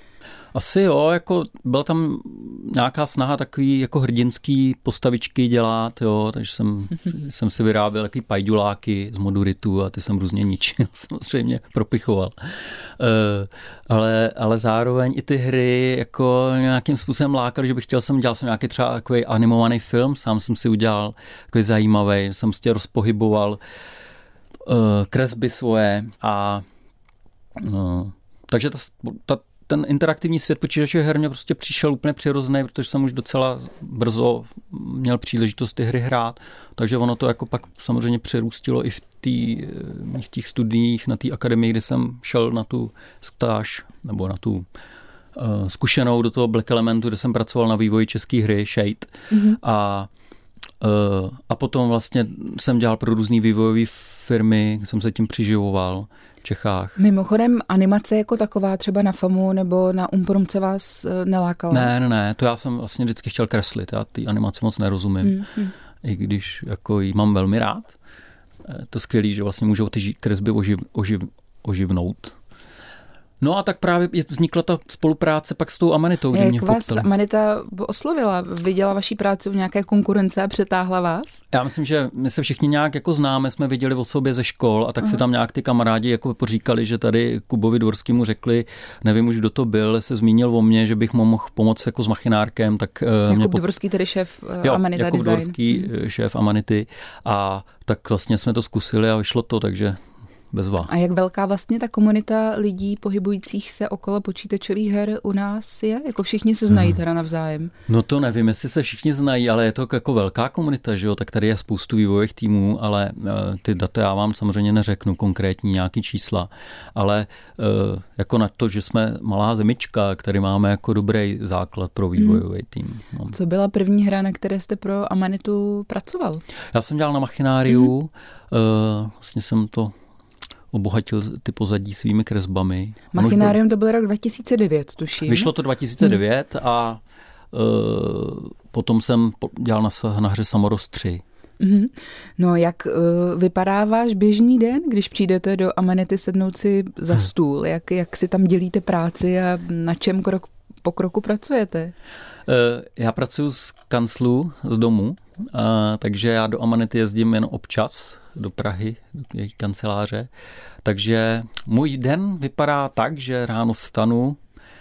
Asi jo, jako byla tam nějaká snaha takový jako hrdinský postavičky dělat, jo, takže jsem si vyráběl takový pajduláky z moduritu a ty jsem různě ničil, samozřejmě propichoval. Ale zároveň i ty hry jako nějakým způsobem lákaly, že dělal jsem nějaký třeba takový animovaný film, sám jsem si udělal takový zajímavý, jsem si rozpohyboval kresby svoje a takže ten interaktivní svět počítačových her mě prostě přišel úplně přirozený, protože jsem už docela brzo měl příležitost ty hry hrát, takže ono to jako pak samozřejmě přerůstilo i v těch studiích na té akademii, kdy jsem šel na tu stáž nebo na tu zkušenou do toho Black Elementu, kde jsem pracoval na vývoji české hry Shade a potom vlastně jsem dělal pro různý vývojové firmy, jsem se tím přiživoval v Čechách. Mimochodem animace jako taková třeba na FAMu nebo na Umprumce vás nelákala? Ne, to já jsem vlastně vždycky chtěl kreslit, já ty animace moc nerozumím, i když jako jí mám velmi rád. Je to skvělý, že vlastně můžou ty kresby oživnout. No a tak právě vznikla ta spolupráce pak s tou Amanitou. Jak vás Amanita oslovila? Viděla vaší práci v nějaké konkurence a přetáhla vás? Já myslím, že my se všichni nějak jako známe, jsme viděli o sobě ze škol a tak se tam nějak ty kamarádi jako poříkali, že tady Kubovi Dvorskému řekli, nevím už kdo to byl, se zmínil o mně, že bych mu mohl pomoct jako s machinárkem. Tak Jakub Dvorský, tedy šéf Amanita Jakub Design. Dvorský, šéf Amanity a tak vlastně jsme to zkusili a vyšlo to, takže bezva. A jak velká vlastně ta komunita lidí pohybujících se okolo počítačových her u nás je? Jako všichni se znají teda navzájem? No to nevím, jestli se všichni znají, ale je to jako velká komunita, že jo? Tak tady je spoustu vývojových týmů, ale ty data já vám samozřejmě neřeknu konkrétní nějaký čísla, ale jako na to, že jsme malá zemička, který máme jako dobrý základ pro vývojový tým. No. Co byla první hra, na které jste pro Amanitu pracoval? Já jsem dělal na Machináriu, vlastně jsem to obohatil ty pozadí svými kresbami. Machinárium to byl rok 2009, tuším. Vyšlo to 2009 a potom jsem dělal na hře Samorost 3. No jak vypadá váš běžný den, když přijdete do Amanity sednout si za stůl? Jak si tam dělíte práci a na čem krok po kroku pracujete? Já pracuji z kanclu, z domu, takže já do Amanity jezdím jen občas, do Prahy, do její kanceláře. Takže můj den vypadá tak, že ráno vstanu,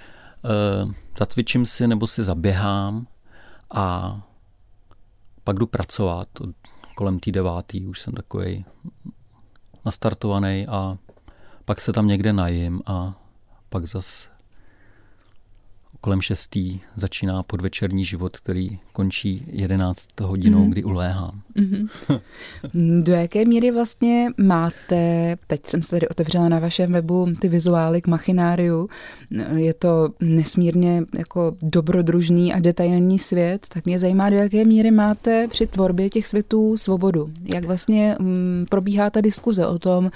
zacvičím si nebo si zaběhám a pak jdu pracovat. Kolem té 9. už jsem takovej nastartovaný a pak se tam někde najím a pak zas kolem 6. začíná podvečerní život, který končí 11 hodinou, kdy uléhám. Do jaké míry vlastně máte, teď jsem se tady otevřela na vašem webu, ty vizuály k Machináriu, je to nesmírně jako dobrodružný a detailní svět, tak mě zajímá, do jaké míry máte při tvorbě těch světů svobodu. Jak vlastně probíhá ta diskuze o tom,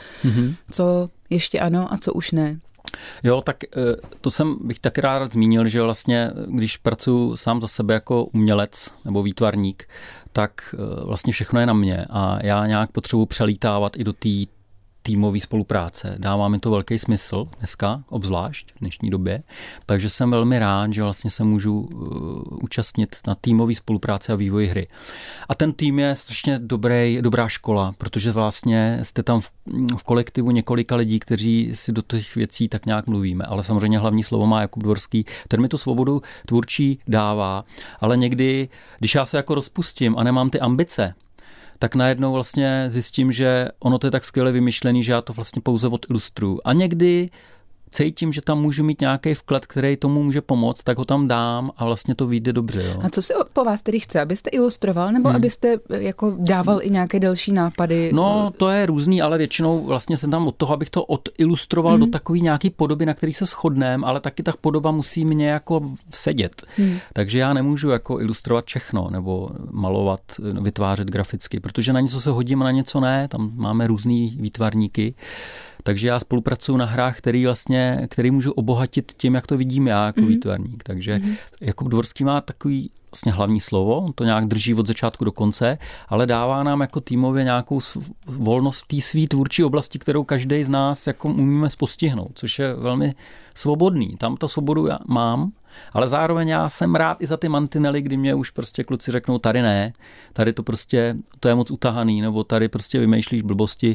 co ještě ano a co už ne. Jo, tak to bych taky rád zmínil, že vlastně, když pracuji sám za sebe jako umělec nebo výtvarník, tak vlastně všechno je na mě a já nějak potřebuji přelítávat i do té týmové spolupráce. Dává mi to velký smysl dneska, obzvlášť v dnešní době, takže jsem velmi rád, že vlastně se můžu účastnit na týmové spolupráci a vývoji hry. A ten tým je strašně dobrá škola, protože vlastně jste tam v kolektivu několika lidí, kteří si do těch věcí tak nějak mluvíme, ale samozřejmě hlavní slovo má Jakub Dvorský, ten mi tu svobodu tvůrčí dává, ale někdy, když já se jako rozpustím a nemám ty ambice, tak najednou vlastně zjistím, že ono to je tak skvěle vymyšlený, že já to vlastně pouze odilustruju. A někdy cítím, že tam můžu mít nějaký vklad, který tomu může pomoct, tak ho tam dám a vlastně to vyjde dobře. Jo. A co si po vás tedy chce? Abyste ilustroval nebo abyste jako dával i nějaké další nápady? No, to je různý, ale většinou vlastně jsem tam od toho, abych to odilustroval do takový nějaký podoby, na kterých se shodneme, ale taky ta podoba musí mě jako sedět. Takže já nemůžu jako ilustrovat všechno nebo malovat, vytvářet graficky, protože na něco se hodím a na něco ne, tam máme různý výtvarníky. Takže já spolupracuju na hrách, který můžu obohatit tím, jak to vidím já jako výtvarník. Takže Jakub Dvorský má takový vlastně hlavní slovo, on to nějak drží od začátku do konce, ale dává nám jako týmově nějakou volnost v té svý tvůrčí oblasti, kterou každý z nás jako umíme postihnout, což je velmi svobodný. Tam to svobodu já mám, ale zároveň já jsem rád i za ty mantinely, kdy mě už prostě kluci řeknou, tady ne, tady to je moc utahaný, nebo tady prostě vymýšlíš blbosti,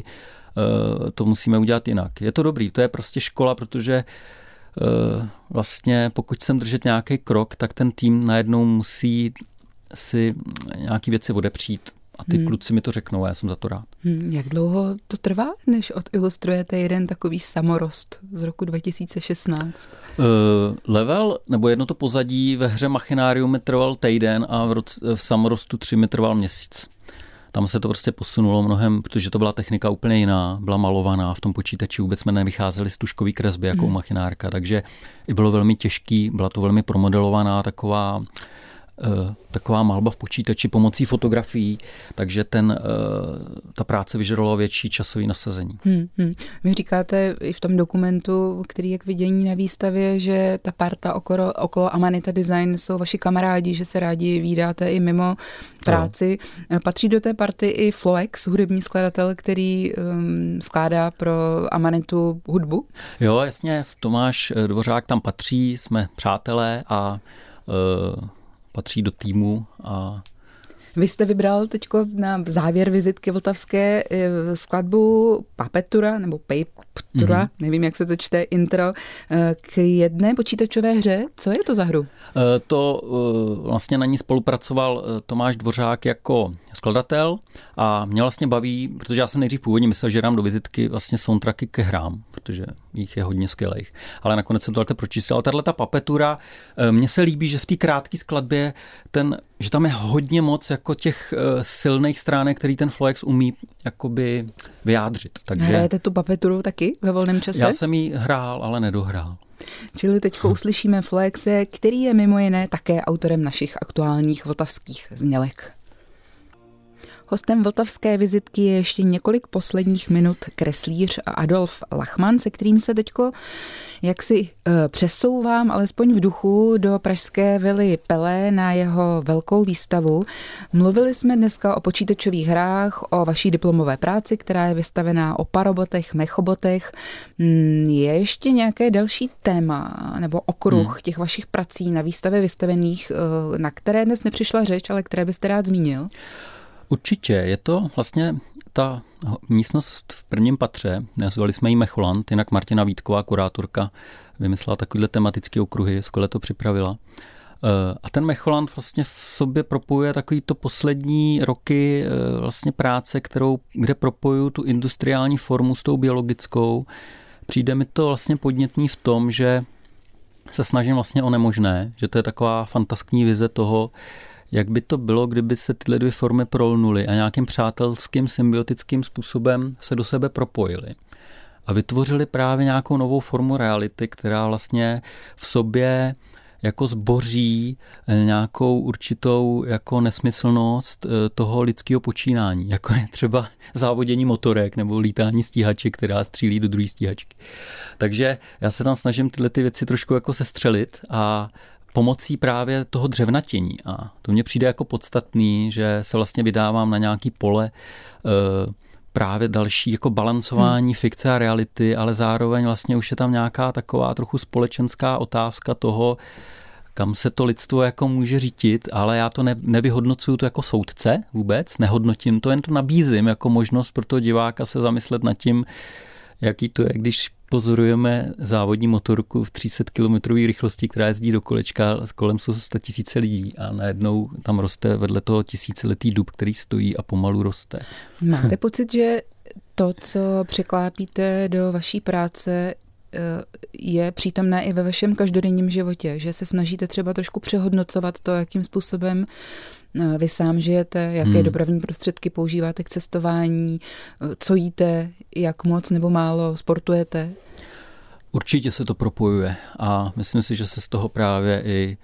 to musíme udělat jinak. Je to dobrý, to je prostě škola, protože vlastně pokud chcem držet nějaký krok, tak ten tým najednou musí si nějaký věci odepřít a ty kluci mi to řeknou a já jsem za to rád. Jak dlouho to trvá, než odilustrujete jeden takový samorost z roku 2016? Level, nebo jedno to pozadí ve hře Machinarium mi trval týden a v samorostu 3 mi trval měsíc. Tam se to prostě posunulo mnohem, protože to byla technika úplně jiná, byla malovaná, v tom počítači vůbec jsme nevycházeli z tužkový kresby jako u Machinárka, takže i bylo velmi těžký, byla to velmi promodelovaná taková malba v počítači pomocí fotografií, takže ta práce vyžadovala větší časový nasazení. Vy říkáte i v tom dokumentu, který je k vidění na výstavě, že ta parta okolo Amanita Design jsou vaši kamarádi, že se rádi vídáte i mimo práci. Patří do té party i Floex, hudební skladatel, který skládá pro Amanitu hudbu? Jo, jasně, Tomáš Dvořák tam patří, jsme přátelé a patří do týmu a vy jste vybral teďko na závěr vizitky vltavské skladbu Papetura, nebo Papetura, nevím, jak se to čte, intro, k jedné počítačové hře. Co je to za hru? To vlastně na ní spolupracoval Tomáš Dvořák jako skladatel a mě vlastně baví, protože já jsem nejdřív původně myslel, že dám do vizitky vlastně soundtracky ke hrám, protože jich je hodně skvělých. Ale nakonec jsem to takhle pročístil. Ale tato Papetura, mně se líbí, že v té krátké skladbě že tam je hodně moc jako těch silných stránek, který ten Floex umí jakoby vyjádřit. Takže hrajete tu Papeturu taky ve volném čase? Já jsem ji hrál, ale nedohrál. Čili teďko uslyšíme Floexe, který je mimo jiné také autorem našich aktuálních vltavských znělek. Hostem vltavské vizitky je ještě několik posledních minut kreslíř Adolf Lachman, se kterým se teďko jaksi přesouvám, alespoň v duchu, do pražské vily Pelé na jeho velkou výstavu. Mluvili jsme dneska o počítačových hrách, o vaší diplomové práci, která je vystavená, o parobotech, mechobotech. Je ještě nějaké další téma nebo okruh těch vašich prací na výstavě vystavených, na které dnes nepřišla řeč, ale které byste rád zmínil? Určitě. Je to vlastně ta místnost v prvním patře, nazvali jsme ji Mecholand, jinak Martina Vítková, kurátorka, vymyslela takovýhle tematické okruhy, skvěle to připravila. A ten Mecholand vlastně v sobě propojuje takovýto poslední roky vlastně práce, kde propojuju tu industriální formu s tou biologickou. Přijde mi to vlastně podnětný v tom, že se snažím vlastně o nemožné, že to je taková fantaskní vize toho, jak by to bylo, kdyby se tyhle dvě formy prolnuly a nějakým přátelským, symbiotickým způsobem se do sebe propojily. A vytvořili právě nějakou novou formu reality, která vlastně v sobě jako zboří nějakou určitou jako nesmyslnost toho lidského počínání, jako je třeba závodění motorek nebo lítání stíhaček, která střílí do druhé stíhačky. Takže já se tam snažím tyhle ty věci trošku jako sestřelit a pomocí právě toho dřevnatění. A to mně přijde jako podstatný, že se vlastně vydávám na nějaký pole právě další jako balancování fikce a reality, ale zároveň vlastně už je tam nějaká taková trochu společenská otázka toho, kam se to lidstvo jako může řítit, ale já to nevyhodnocuju to jako soudce vůbec, nehodnotím to, jen to nabízím jako možnost pro toho diváka se zamyslet nad tím, jaký to je, když pozorujeme závodní motorku v 300 km rychlosti, která jezdí do kolečka, kolem jsou 100 000 lidí a najednou tam roste vedle toho tisíciletý dub, který stojí a pomalu roste. Máte pocit, že to, co překlápíte do vaší práce, je přítomné i ve vašem každodenním životě, že se snažíte třeba trošku přehodnocovat to, jakým způsobem vy sám žijete, jaké dopravní prostředky používáte k cestování, co jíte, jak moc nebo málo sportujete? Určitě se to propojuje a myslím si, že se z toho právě i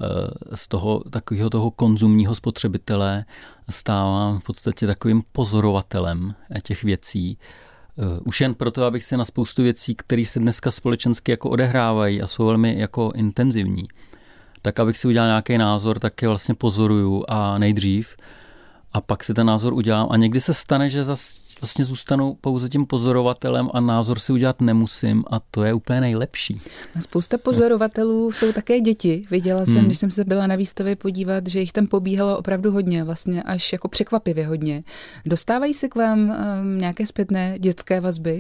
z toho takového toho konzumního spotřebitele stávám v podstatě takovým pozorovatelem těch věcí. Už jen proto, abych si na spoustu věcí, které se dneska společensky jako odehrávají a jsou velmi jako intenzivní, tak abych si udělal nějaký názor, tak je vlastně pozoruju a nejdřív a pak si ten názor udělám a někdy se stane, že vlastně zůstanu pouze tím pozorovatelem a názor si udělat nemusím a to je úplně nejlepší. Spousta pozorovatelů jsou také děti. Viděla jsem, když jsem se byla na výstavě podívat, že jich tam pobíhalo opravdu hodně, vlastně až jako překvapivě hodně. Dostávají se k vám nějaké zpětné dětské vazby?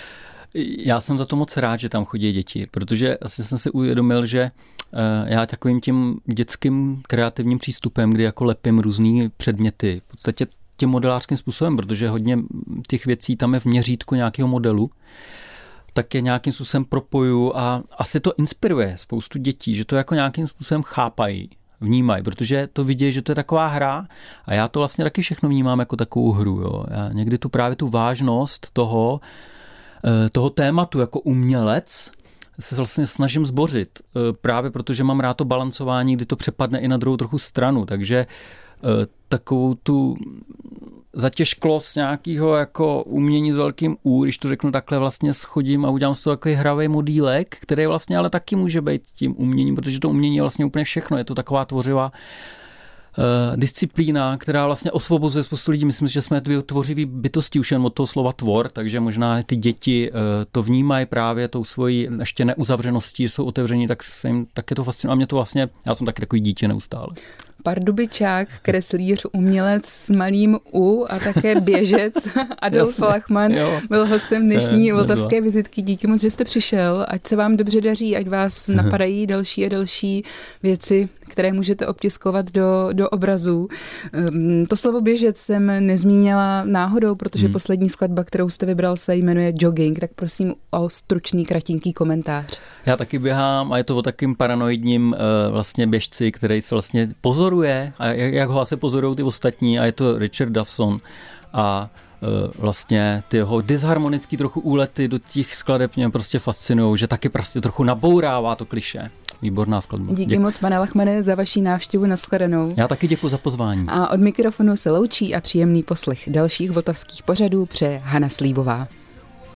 Já jsem za to moc rád, že tam chodí děti, protože asi jsem si uvědomil, že já takovým tím dětským kreativním přístupem, kdy jako lepím různý předměty, v podstatě tím modelářským způsobem, protože hodně těch věcí tam je v měřítku nějakého modelu, tak je nějakým způsobem propoju a asi to inspiruje spoustu dětí, že to jako nějakým způsobem chápají, vnímají, protože to vidí, že to je taková hra a já to vlastně taky všechno vnímám jako takovou hru. Jo. Já někdy právě tu vážnost toho tématu jako umělec se vlastně snažím zbořit, právě protože mám rád to balancování, kdy to přepadne i na druhou trochu stranu, takže takovou tu zatěžklost nějakého jako umění s velkým U, když to řeknu takhle, vlastně schodím a udělám z toho takový hravý modílek, který vlastně ale taky může být tím uměním, protože to umění je vlastně úplně všechno, je to taková tvořivá disciplína, která vlastně osvobozuje spoustu lidí. Myslím, že jsme dvě tvořivý bytosti už jen od toho slova tvor, takže možná ty děti to vnímají právě tou svojí ještě neuzavřeností, jsou otevření, tak je to fascinující. A mě to vlastně, já jsem taky takový dítě neustále. Pardubičák, kreslíř, umělec s malým U a také běžec Adolf Lachman byl hostem dnešní vltavské vizitky. Díky moc, že jste přišel. Ať se vám dobře daří, ať vás napadají další a další věci, které můžete obtiskovat do obrazů. To slovo běžec jsem nezmínila náhodou, protože poslední skladba, kterou jste vybral, se jmenuje Jogging, tak prosím o stručný, kratinký komentář. Já taky běhám a je to o takým paranoidním vlastně běžci, který se vlastně pozoruje a jak ho asi pozorují ty ostatní a je to Richard Dawson a vlastně ty jeho disharmonický trochu úlety do těch skladeb mě prostě fascinují, že taky prostě trochu nabourává to klišé. výborná skladba. Díky moc, pane Lachmane, za vaši návštěvu, nashledanou. Já taky děkuji za pozvání. A od mikrofonu se loučí a příjemný poslech dalších vltavských pořadů přeje Hana Slívová.